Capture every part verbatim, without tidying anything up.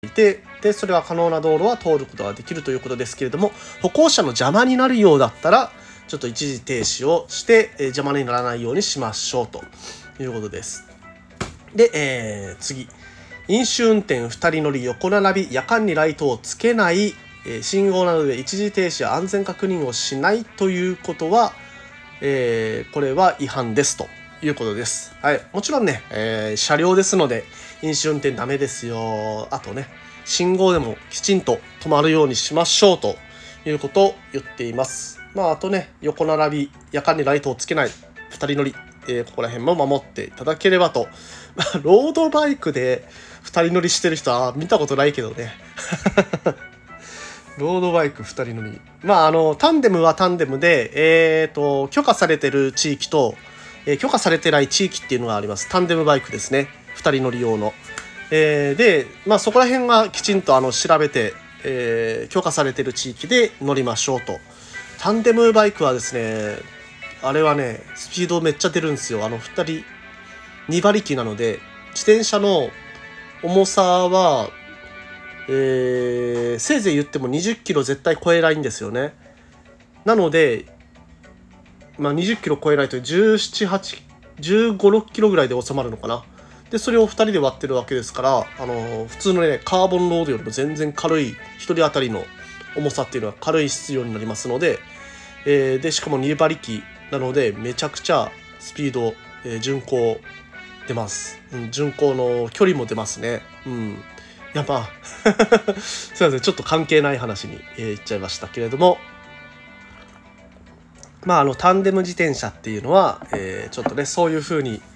いて、でそれは可能な道路は通ることができるということですけれども、歩行者の邪魔になるようだったらちょっと一時停止をして、えー、邪魔にならないようにしましょうということです。で、えー、次、飲酒運転ふたり乗り横並び夜間にライトをつけない、えー、信号などで一時停止や安全確認をしないということは、えー、これは違反ですということです。はい、もちろんね、えー、車両ですので飲酒運転ダメですよ。あとね、信号でもきちんと止まるようにしましょうということを言っています。まああとね、横並び夜間にライトをつけないふたり乗り、えー、ここら辺も守っていただければと。まあ、ロードバイクでふたり乗りしてる人は見たことないけどね。ロードバイクふたり乗り、まああのタンデムはタンデムで、えーと許可されてる地域と、えー、許可されてない地域っていうのがあります。タンデムバイクですね、ふたり乗り用の。えー、で、まあ、そこら辺はきちんとあの調べて、えー、許可されてる地域で乗りましょうと。タンデムバイクはですね、あれはねスピードめっちゃ出るんですよ。あのふたりに馬力なので、自転車の重さは、えー、せいぜい言ってもにじゅっキロ絶対超えないんですよね。なので、まあ、にじゅっキロ超えないとじゅうなな、はち、じゅうご、ろっキロぐらいで収まるのかな。でそれをふたりで割ってるわけですから、あの普通のねカーボンロードよりも全然軽い、ひとり当たりの重さっていうのは軽い必要になりますので、えー、でしかもに馬力なのでめちゃくちゃスピード、えー、巡航出ます、うん、巡航の距離も出ますね。うん、やっぱすいません、ちょっと関係ない話に、えー、言っちゃいましたけれども、まああのタンデム自転車っていうのは、えー、ちょっとねそういう風に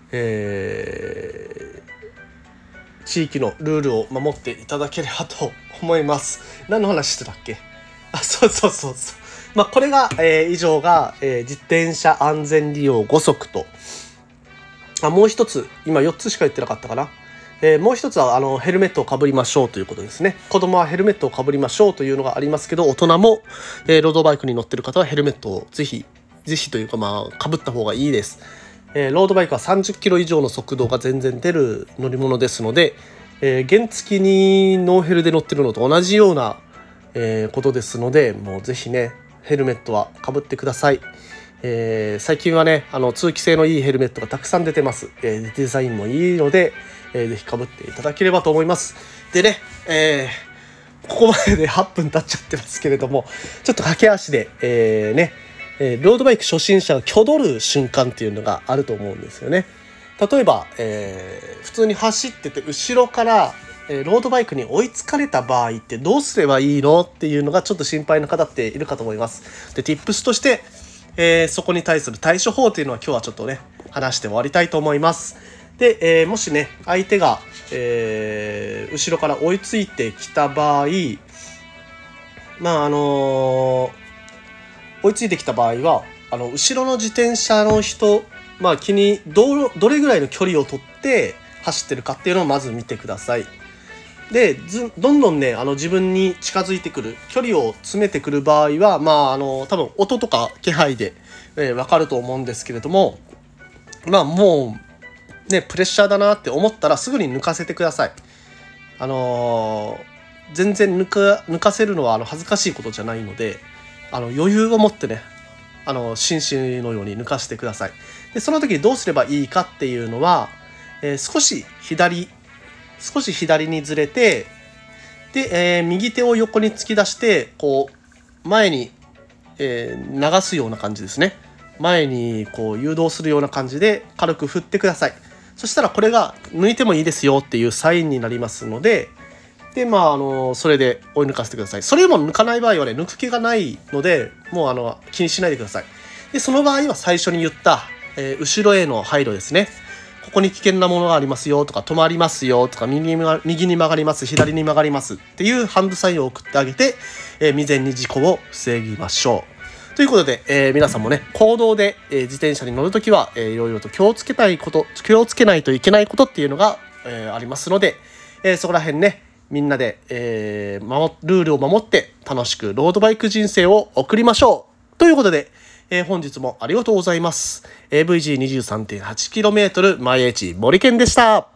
えー、地域のルールを守っていただければと思います。何の話してたっけ？あ、そうそうそうそう。まあこれが、えー、以上が、えー、自転車安全利用ご則と、あ、もう一つ、今よっつしか言ってなかったかな。えー、もう一つはあのヘルメットをかぶりましょうということですね。子供はヘルメットをかぶりましょうというのがありますけど、大人も、えー、ロードバイクに乗ってる方はヘルメットをぜひぜひというかまあかぶった方がいいです。えー、ロードバイクはさんじゅっキロ以上の速度が全然出る乗り物ですので、えー、原付にノーヘルで乗ってるのと同じような、えー、ことですので、もうぜひねヘルメットはかぶってください。えー、最近はねあの通気性のいいヘルメットがたくさん出てます。えー、デザインもいいので、えー、ぜひかぶっていただければと思います。でね、えー、ここまでではっぷん経っちゃってますけれども、ちょっと駆け足で、えー、ねえー、ロードバイク初心者が挙動る瞬間っていうのがあると思うんですよね。例えば、えー、普通に走ってて後ろから、えー、ロードバイクに追いつかれた場合ってどうすればいいのっていうのがちょっと心配な方っているかと思います。で、Tips として、えー、そこに対する対処法というのは今日はちょっとね話して終わりたいと思います。で、えー、もしね相手が、えー、後ろから追いついてきた場合、まああのー追いついてきた場合はあの後ろの自転車の人、まあ、気に ど, どれぐらいの距離を取って走ってるかっていうのをまず見てください。でどんどんねあの自分に近づいてくる距離を詰めてくる場合は、まあ、あの多分音とか気配で、えー、分かると思うんですけれども、まあもうねプレッシャーだなって思ったらすぐに抜かせてください。あのー、全然抜か、抜かせるのはあの恥ずかしいことじゃないので、あの余裕を持ってねあの紳士のように抜かしてください。でその時どうすればいいかっていうのは、えー、少し左少し左にずれて、で、えー、右手を横に突き出してこう前に、えー、流すような感じですね。前にこう誘導するような感じで軽く振ってください。そしたらこれが抜いてもいいですよっていうサインになりますので、でまああのそれで追い抜かせてください。それでも抜かない場合はね抜く気がないのでもうあの気にしないでください。でその場合は最初に言った、えー、後ろへの配慮ですね。ここに危険なものがありますよとか止まりますよとか右に右に曲がります左に曲がりますっていうハンドサインを送ってあげて、えー、未然に事故を防ぎましょうということで、えー、皆さんもね公道で、えー、自転車に乗るときは、えー、いろいろと気をつけたいこと気をつけないといけないことっていうのが、えー、ありますので、えー、そこら辺ねみんなで、えー、守ルールを守って楽しくロードバイク人生を送りましょうということで、えー、本日もありがとうございます。エーブイジーにじゅうさんてんはちキロメートル 毎日森健でした。